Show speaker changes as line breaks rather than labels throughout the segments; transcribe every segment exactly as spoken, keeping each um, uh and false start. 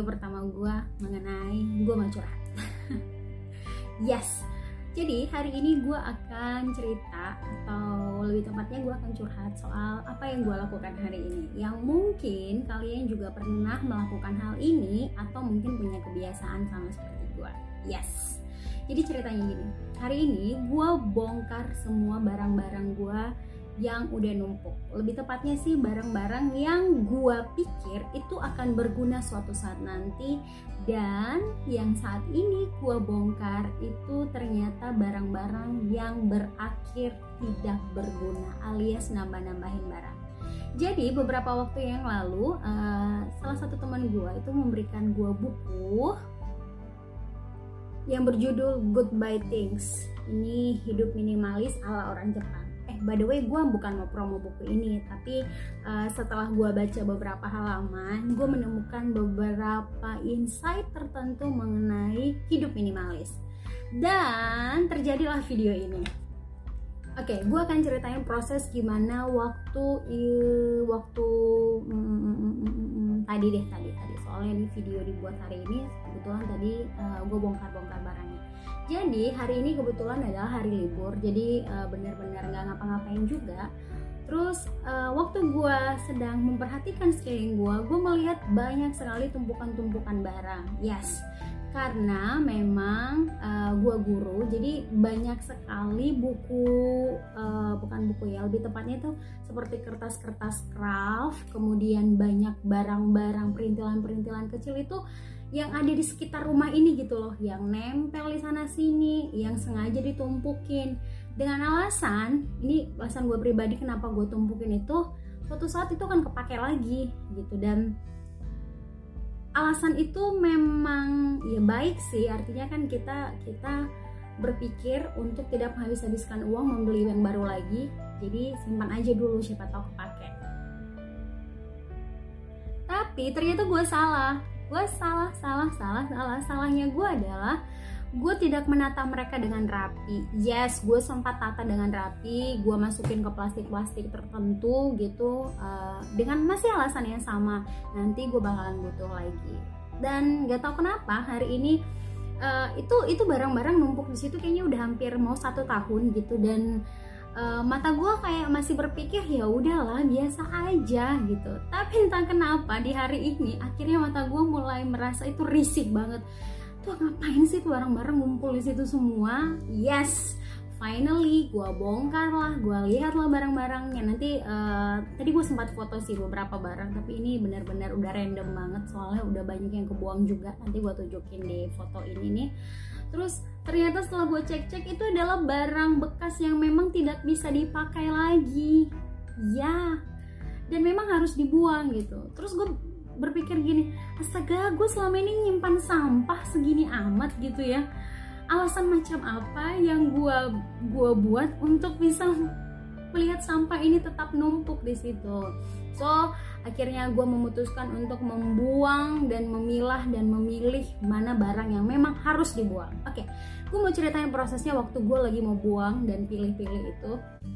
pertama gue mengenai gue mau curhat. Yes, jadi hari ini gue akan cerita, atau lebih tepatnya gue akan curhat soal apa yang gue lakukan hari ini. Yang mungkin kalian juga pernah melakukan hal ini, atau mungkin punya kebiasaan sama seperti gue. Yes, jadi ceritanya gini, hari ini gue bongkar semua barang-barang gue yang udah numpuk. Lebih tepatnya sih barang-barang yang gua pikir itu akan berguna suatu saat nanti, dan yang saat ini gua bongkar itu ternyata barang-barang yang berakhir tidak berguna, alias nambah-nambahin barang. Jadi beberapa waktu yang lalu uh, salah satu teman gua itu memberikan gua buku yang berjudul Goodbye Things. Ini hidup minimalis ala orang Jepang. Eh, by the way, gue bukan mau promo buku ini, tapi uh, setelah gue baca beberapa halaman, gue menemukan beberapa insight tertentu mengenai hidup minimalis. Dan terjadilah video ini. Oke, okay, gue akan ceritain proses gimana waktu uh, waktu mm, mm, mm, mm, tadi deh tadi tadi. Soalnya ini video dibuat hari ini, kebetulan tadi uh, gue bongkar-bongkar barangnya. Jadi hari ini kebetulan adalah hari libur, jadi uh, benar-benar nggak ngapa-ngapain juga. Terus uh, waktu gue sedang memperhatikan sekeliling gue, gue melihat banyak sekali tumpukan-tumpukan barang. Yes, karena memang uh, gue guru, jadi banyak sekali buku, uh, bukan buku ya, lebih tepatnya itu seperti kertas-kertas craft, kemudian banyak barang-barang perintilan-perintilan kecil itu yang ada di sekitar rumah ini gitu loh, yang nempel di sana sini, yang sengaja ditumpukin dengan alasan, ini alasan gue pribadi kenapa gue tumpukin itu, suatu saat itu kan kepake lagi gitu. Dan alasan itu memang ya baik sih, artinya kan kita kita berpikir untuk tidak menghabis-habiskan uang membeli yang baru lagi, jadi simpan aja dulu, siapa tahu kepake. Tapi ternyata gue salah. Gue salah, salah, salah, salah. Salahnya gue adalah gue tidak menata mereka dengan rapi. Yes, gue sempat tata dengan rapi, gue masukin ke plastik-plastik tertentu gitu, uh, dengan masih alasan yang sama, nanti gue bakalan butuh lagi. Dan gak tau kenapa hari ini uh, itu itu barang-barang numpuk di situ kayaknya udah hampir mau satu tahun gitu. Dan Uh, mata gue kayak masih berpikir ya udahlah biasa aja gitu. Tapi entah kenapa di hari ini akhirnya mata gue mulai merasa itu risih banget. Tuh ngapain sih tuh barang-barang ngumpul di situ semua? Yes, finally gue bongkar lah, gue lihat lah barang-barangnya. Nanti uh, tadi gue sempat foto sih beberapa barang, tapi ini benar-benar udah random banget soalnya udah banyak yang kebuang juga. Nanti gue tunjukin di foto ini nih. Terus ternyata setelah gue cek-cek itu adalah barang bekas yang memang tidak bisa dipakai lagi, ya, dan memang harus dibuang gitu. Terus gue berpikir gini, astaga, gue selama ini nyimpan sampah segini amat gitu ya. Alasan macam apa yang gue gue buat untuk bisa melihat sampah ini tetap numpuk di situ? So akhirnya gue memutuskan untuk membuang dan memilah dan memilih mana barang yang memang harus dibuang. Oke, gue mau ceritain prosesnya waktu gue lagi mau buang dan pilih-pilih itu.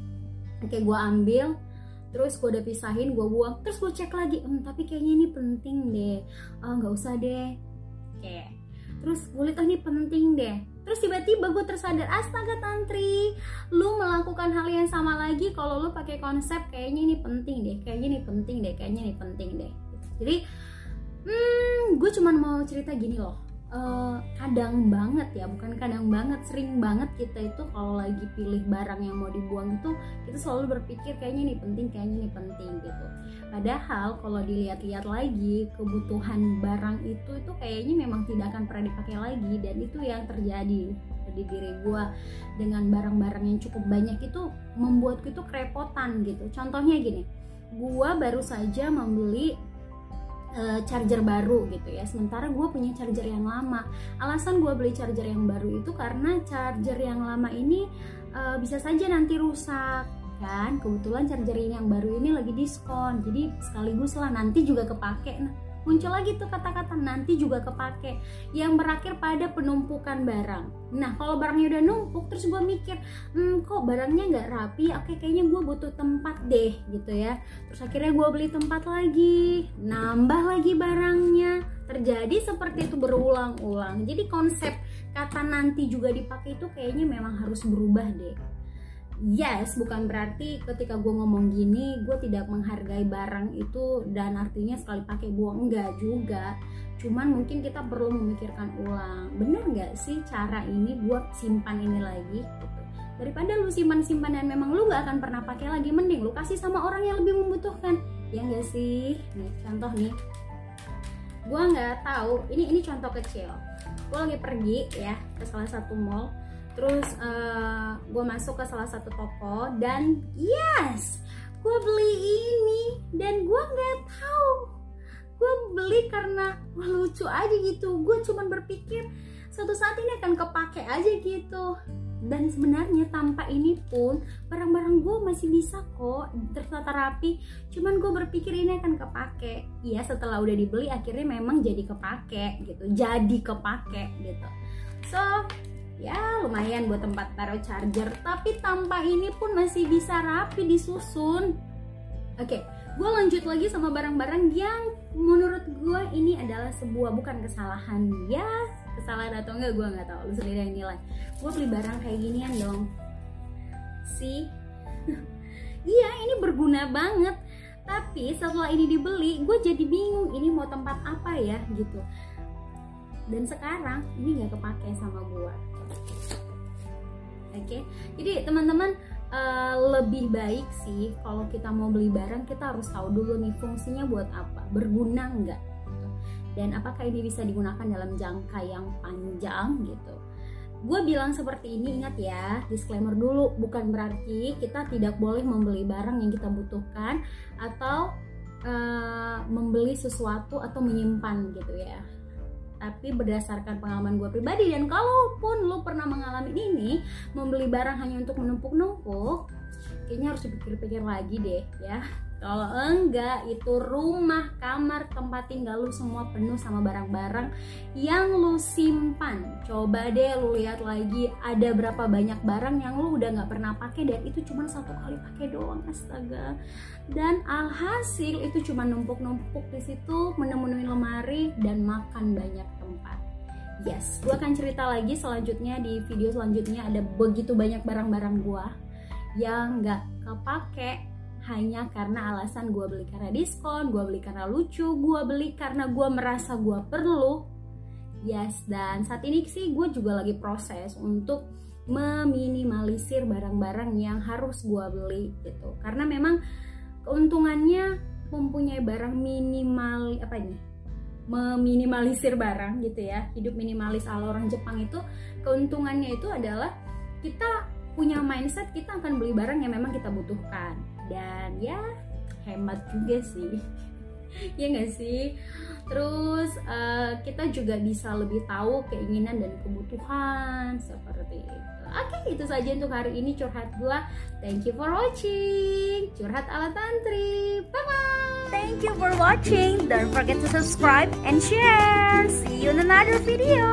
Oke, gue ambil, terus gue udah pisahin, gue buang, terus gue cek lagi, hmm, tapi kayaknya ini penting deh, oh, nggak usah deh. Oke, terus gue lihat, oh ini penting deh. Terus tiba-tiba gue tersadar, astaga Tantri, lu melakukan hal yang sama lagi kalau lu pakai konsep kayaknya ini penting deh, kayaknya ini penting deh, kayaknya ini penting deh. Jadi, hmm, gue cuman mau cerita gini loh, uh, kadang banget ya, bukan kadang banget, sering banget kita itu kalau lagi pilih barang yang mau dibuang itu, kita selalu berpikir kayaknya ini penting, kayaknya ini penting gitu. Padahal kalau dilihat-lihat lagi, kebutuhan barang itu itu kayaknya memang tidak akan pernah dipakai lagi, dan itu yang terjadi di diri gue dengan barang-barang yang cukup banyak itu membuatku itu kerepotan gitu. Contohnya gini, gue baru saja membeli uh, charger baru gitu ya, sementara gue punya charger yang lama. Alasan gue beli charger yang baru itu karena charger yang lama ini uh, bisa saja nanti rusak. Kan kebetulan charger ini yang baru ini lagi diskon, jadi sekaligus lah nanti juga kepake. Nah muncul lagi tuh kata-kata nanti juga kepake, yang berakhir pada penumpukan barang. Nah kalau barangnya udah numpuk, terus gue mikir, hmm, kok barangnya nggak rapi, oke kayaknya gue butuh tempat deh gitu ya. Terus akhirnya gue beli tempat lagi, nambah lagi barangnya. Terjadi seperti itu berulang-ulang. Jadi konsep kata nanti juga dipakai itu kayaknya memang harus berubah deh. Yes, bukan berarti ketika gue ngomong gini gue tidak menghargai barang itu dan artinya sekali pakai buang, enggak juga. Cuman mungkin kita perlu memikirkan ulang, bener nggak sih cara ini buat simpan ini lagi gitu. Daripada lu simpan-simpan dan memang lu gak akan pernah pakai lagi, mending lu kasih sama orang yang lebih membutuhkan, ya nggak sih? Nih contoh nih, gue nggak tahu, ini ini contoh kecil. Gue lagi pergi ya ke salah satu mall. Terus uh, gue masuk ke salah satu toko dan yes, gue beli ini dan gue nggak tahu, gue beli karena wah, lucu aja gitu. Gue cuman berpikir suatu saat ini akan kepake aja gitu. Dan sebenarnya tanpa ini pun barang-barang gue masih bisa kok tertata rapi. Cuman gue berpikir ini akan kepake. Iya, setelah udah dibeli akhirnya memang jadi kepake gitu, jadi kepake gitu. So ya lumayan buat tempat taruh charger, tapi tanpa ini pun masih bisa rapi disusun. Oke, gue lanjut lagi sama barang-barang yang menurut gue ini adalah sebuah bukan kesalahan. Ya kesalahan atau enggak gue nggak tahu, lu sendiri yang nilai. Gue beli barang kayak ginian dong sih. Iya ini berguna banget, tapi setelah ini dibeli gue jadi bingung ini mau tempat apa ya gitu. Dan sekarang ini nggak kepake sama gue. Oke, okay? Jadi teman-teman uh, lebih baik sih kalau kita mau beli barang kita harus tahu dulu nih fungsinya buat apa, berguna nggak, gitu. Dan apakah ini bisa digunakan dalam jangka yang panjang gitu. Gue bilang seperti ini, ingat ya, disclaimer dulu, bukan berarti kita tidak boleh membeli barang yang kita butuhkan atau uh, membeli sesuatu atau menyimpan gitu ya. Tapi berdasarkan pengalaman gue pribadi, dan kalaupun lo pernah mengalami ini, membeli barang hanya untuk menumpuk-numpuk, kayaknya harus dipikir-pikir lagi deh ya. Kalau enggak, itu rumah, kamar, tempat tinggal lu semua penuh sama barang-barang yang lu simpan. Coba deh lu lihat lagi ada berapa banyak barang yang lu udah nggak pernah pakai dan itu cuma satu kali pakai doang, astaga. Dan alhasil itu cuma numpuk-numpuk di situ, menemuin lemari dan makan banyak tempat. Yes, gue akan cerita lagi selanjutnya di video selanjutnya. Ada begitu banyak barang-barang gue yang nggak kepake hanya karena alasan gue beli karena diskon, gue beli karena lucu, gue beli karena gue merasa gue perlu. Yes, dan saat ini sih gue juga lagi proses untuk meminimalisir barang-barang yang harus gue beli gitu. Karena memang keuntungannya mempunyai barang minimal, apa ini? Meminimalisir barang gitu ya. Hidup minimalis ala orang Jepang itu keuntungannya itu adalah kita punya mindset kita akan beli barang yang memang kita butuhkan. Dan ya hemat juga sih. Ya nggak sih? Terus uh, kita juga bisa lebih tahu keinginan dan kebutuhan seperti itu. Oke, itu saja untuk hari ini curhat gua. Thank you for watching. Curhat ala Tantri. Bye bye.
Thank you for watching. Don't forget to subscribe and share. See you in another video.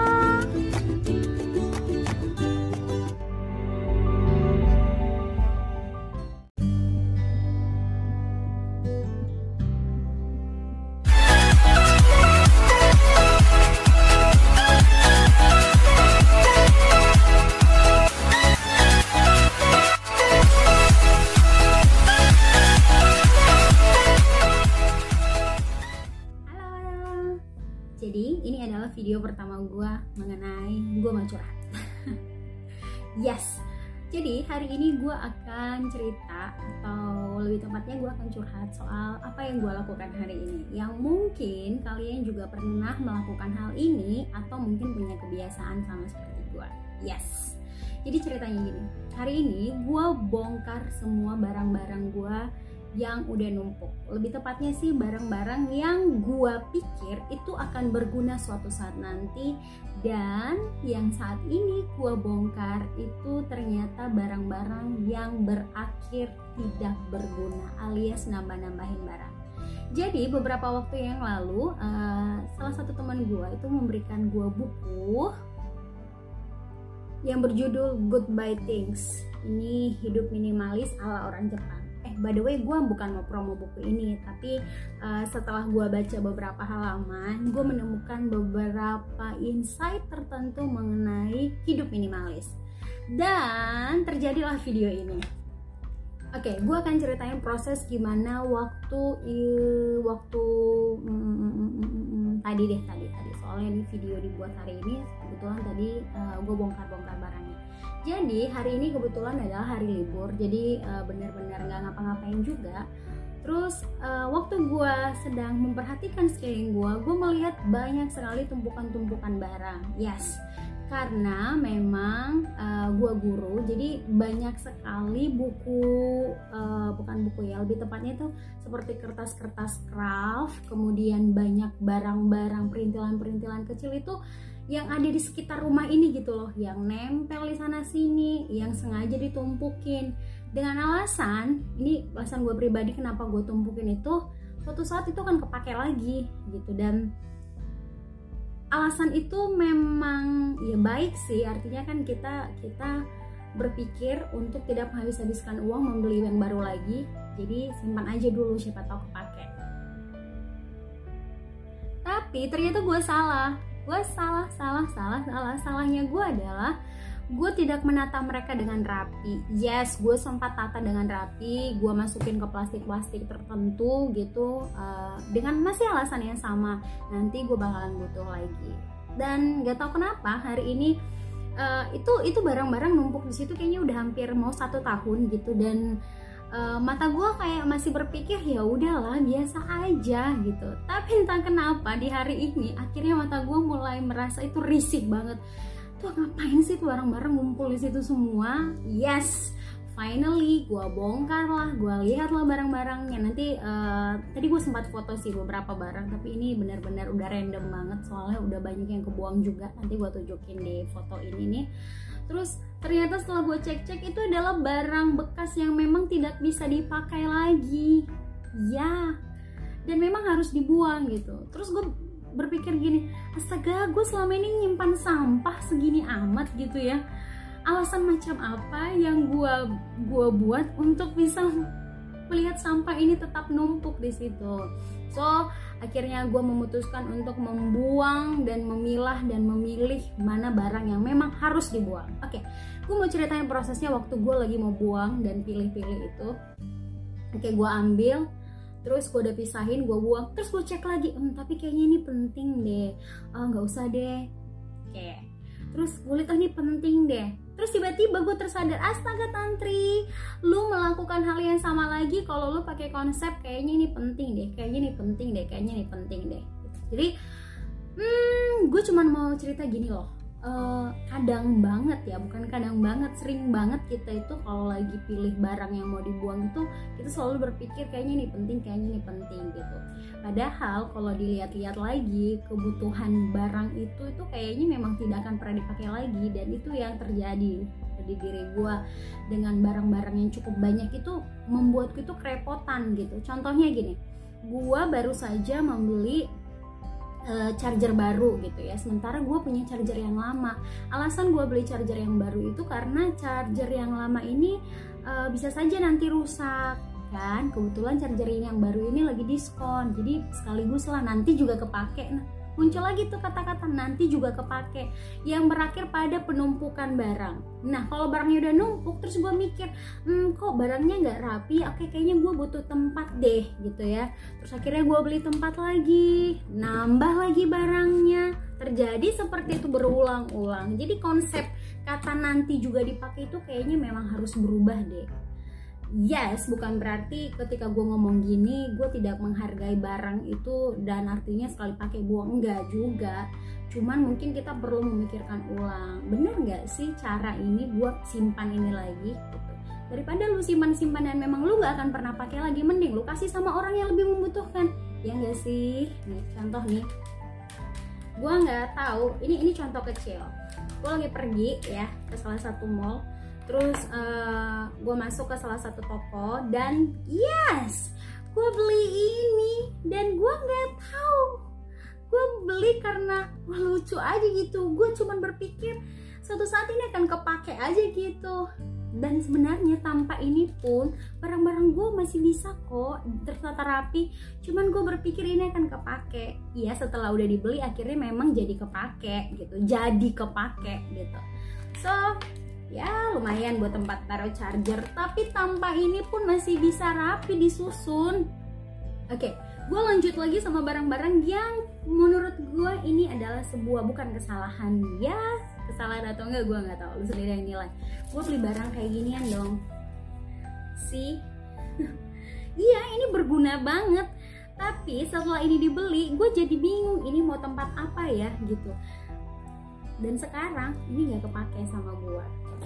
Jadi ini adalah video pertama gue mengenai gue mau curhat. Yes, jadi hari ini gue akan cerita, atau lebih tepatnya gue akan curhat soal apa yang gue lakukan hari ini. Yang mungkin kalian juga pernah melakukan hal ini atau mungkin punya kebiasaan sama seperti gue. Yes, jadi ceritanya gini, hari ini gue bongkar semua barang-barang gue yang udah numpuk. Lebih tepatnya sih barang-barang yang gua pikir itu akan berguna suatu saat nanti, dan yang saat ini gua bongkar itu ternyata barang-barang yang berakhir tidak berguna alias nambah-nambahin barang. Jadi beberapa waktu yang lalu uh, salah satu teman gue itu memberikan gue buku yang berjudul Goodbye Things. Ini hidup minimalis ala orang Jepang. Eh by the way, gue bukan mau promo buku ini, tapi uh, setelah gue baca beberapa halaman, gue menemukan beberapa insight tertentu mengenai hidup minimalis. Dan terjadilah video ini. Oke, okay, gue akan ceritain proses gimana waktu uh, waktu mm, mm, mm, mm, tadi deh tadi tadi soalnya di video dibuat hari ini kebetulan tadi uh, gue bongkar-bongkar barangnya. Jadi hari ini kebetulan adalah hari libur, jadi uh, benar-benar nggak ngapa-ngapain juga. Terus uh, waktu gue sedang memperhatikan sekeliling gue, gue melihat banyak sekali tumpukan-tumpukan barang. Yes. Karena memang uh, gue guru, jadi banyak sekali buku, uh, bukan buku ya, lebih tepatnya itu seperti kertas-kertas craft, kemudian banyak barang-barang perintilan-perintilan kecil itu yang ada di sekitar rumah ini gitu loh, yang nempel di sana sini, yang sengaja ditumpukin dengan alasan, ini alasan gue pribadi kenapa gue tumpukin itu, suatu saat itu kan kepake lagi gitu. Dan alasan itu memang ya baik sih, artinya kan kita kita berpikir untuk tidak menghabis-habiskan uang membeli yang baru lagi, jadi simpan aja dulu siapa tahu kepake. Tapi ternyata gue salah, gue salah salah salah salah salahnya gue adalah gue tidak menata mereka dengan rapi. Yes, gue sempat tata dengan rapi, gue masukin ke plastik-plastik tertentu gitu, uh, dengan masih alasan yang sama, nanti gue bakalan butuh lagi. Dan gak tau kenapa hari ini uh, itu itu barang-barang numpuk di situ kayaknya udah hampir mau satu tahun gitu. Dan uh, mata gue kayak masih berpikir ya udahlah biasa aja gitu. Tapi entah kenapa di hari ini akhirnya mata gue mulai merasa itu risih banget. Tuh ngapain sih tuh barang-barang ngumpul di situ semua? Yes, finally gue bongkar lah, gue lihat lah barang-barangnya. Nanti uh, tadi gue sempat foto sih beberapa barang, tapi ini benar-benar udah random banget soalnya udah banyak yang kebuang juga. Nanti gue tunjukin di foto ini nih. Terus ternyata setelah gue cek-cek itu adalah barang bekas yang memang tidak bisa dipakai lagi, ya, dan memang harus dibuang gitu. Terus gue berpikir gini, astaga, gue selama ini nyimpan sampah segini amat gitu ya, alasan macam apa yang gue gue buat untuk bisa melihat sampah ini tetap numpuk di situ. So akhirnya gue memutuskan untuk membuang dan memilah dan memilih mana barang yang memang harus dibuang. Oke, gue mau ceritain prosesnya waktu gue lagi mau buang dan pilih-pilih itu. Oke, gue ambil, terus gue udah pisahin, gue buang, terus gue cek lagi, ehm, tapi kayaknya ini penting deh, nggak oh, usah deh. Oke, terus gue lihat, oh, ini penting deh. Terus tiba-tiba gue tersadar, astaga Tantri, lu melakukan hal yang sama lagi kalau lu pakai konsep kayaknya ini penting deh, kayaknya ini penting deh, kayaknya ini penting deh. Jadi, hmm, gue cuman mau cerita gini loh. Uh, kadang banget ya, bukan kadang banget, sering banget kita itu kalau lagi pilih barang yang mau dibuang itu kita selalu berpikir kayaknya ini penting, kayaknya ini penting gitu. Padahal kalau dilihat-lihat lagi kebutuhan barang itu itu kayaknya memang tidak akan pernah dipakai lagi, dan itu yang terjadi di diri gue dengan barang-barang yang cukup banyak itu membuatku itu kerepotan gitu. Contohnya gini, gue baru saja membeli charger baru gitu ya, sementara gue punya charger yang lama. Alasan gue beli charger yang baru itu karena charger yang lama ini uh, bisa saja nanti rusak kan. Kebetulan charger ini yang baru ini lagi diskon, jadi sekaligus lah nanti juga kepake. Nah, muncul lagi tuh kata-kata nanti juga kepake, yang berakhir pada penumpukan barang. Nah kalau barangnya udah numpuk, terus gue mikir, hmm, kok barangnya nggak rapi, oke kayaknya gue butuh tempat deh gitu ya. Terus akhirnya gue beli tempat lagi, nambah lagi barangnya. Terjadi seperti itu berulang-ulang. Jadi konsep kata nanti juga dipakai itu kayaknya memang harus berubah deh. Yes, bukan berarti ketika gue ngomong gini gue tidak menghargai barang itu dan artinya sekali pakai buang, enggak juga. Cuman mungkin kita perlu memikirkan ulang, bener nggak sih cara ini buat simpan ini lagi gitu. Daripada lu simpan-simpan dan memang lu gak akan pernah pakai lagi, mending lu kasih sama orang yang lebih membutuhkan, ya nggak sih? Nih contoh nih, gue nggak tahu, ini ini contoh kecil. Gue lagi pergi ya ke salah satu mall. Terus uh, gue masuk ke salah satu toko dan yes, gue beli ini dan gue nggak tahu, gue beli karena wah, lucu aja gitu. Gue cuman berpikir suatu saat ini akan kepake aja gitu. Dan sebenarnya tanpa ini pun barang-barang gue masih bisa kok tertata rapi. Cuman gue berpikir ini akan kepake. Iya, setelah udah dibeli akhirnya memang jadi kepake gitu, jadi kepake gitu. So ya lumayan buat tempat taruh charger. Tapi tanpa ini pun masih bisa rapi disusun. Oke, gue lanjut lagi sama barang-barang yang menurut gue ini adalah sebuah bukan kesalahan. Ya kesalahan atau enggak gue nggak tahu, lu sendiri yang nilai. Gue beli barang kayak ginian dong sih. Iya, ini berguna banget. Tapi setelah ini dibeli gue jadi bingung ini mau tempat apa ya gitu. Dan sekarang ini nggak kepake sama gue.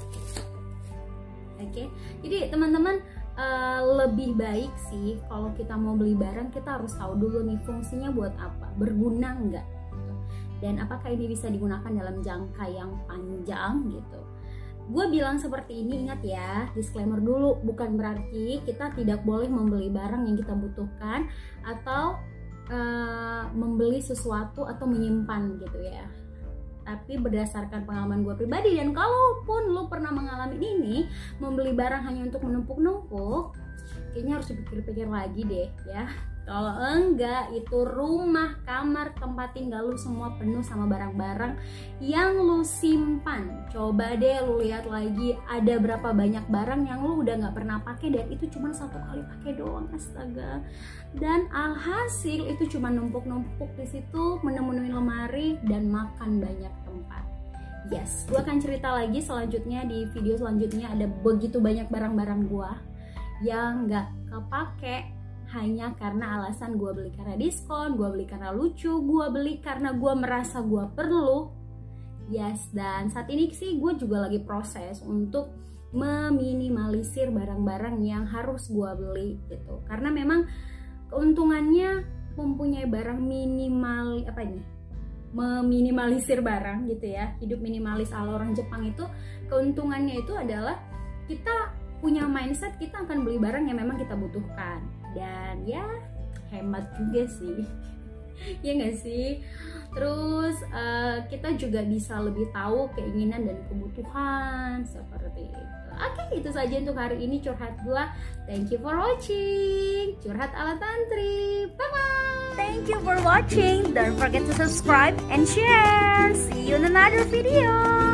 Oke, jadi teman-teman uh, lebih baik sih kalau kita mau beli barang kita harus tahu dulu nih fungsinya buat apa, berguna nggak, dan apakah ini bisa digunakan dalam jangka yang panjang gitu. Gue bilang seperti ini, ingat ya, disclaimer dulu, bukan berarti kita tidak boleh membeli barang yang kita butuhkan atau uh, membeli sesuatu atau menyimpan gitu ya. Tapi berdasarkan pengalaman gue pribadi, dan kalaupun lo pernah mengalami ini, membeli barang hanya untuk menumpuk-numpuk, kayaknya harus dipikir-pikir lagi deh ya. Kalau enggak, itu rumah, kamar, tempat tinggal lu semua penuh sama barang-barang yang lu simpan. Coba deh lu lihat lagi, ada berapa banyak barang yang lu udah nggak pernah pakai dan itu cuma satu kali pakai doang, astaga. Dan alhasil itu cuma numpuk-numpuk di situ, menemuin lemari dan makan banyak tempat. Yes, gue akan cerita lagi selanjutnya di video selanjutnya. Ada begitu banyak barang-barang gue yang nggak kepake hanya karena alasan gue beli karena diskon, gue beli karena lucu, gue beli karena gue merasa gue perlu. Yes, dan saat ini sih gue juga lagi proses untuk meminimalisir barang-barang yang harus gue beli gitu. Karena memang keuntungannya mempunyai barang minimal, apa ini? meminimalisir barang gitu ya. Hidup minimalis ala orang Jepang itu, keuntungannya itu adalah kita punya mindset kita akan beli barang yang memang kita butuhkan. Dan ya hemat juga sih. Ya nggak sih? Terus uh, kita juga bisa lebih tahu keinginan dan kebutuhan seperti itu. Oke, itu saja untuk hari ini curhat gua. Thank you for watching. Curhat ala Tantri. Bye bye.
Thank you for watching. Don't forget to subscribe and share. See you in another video.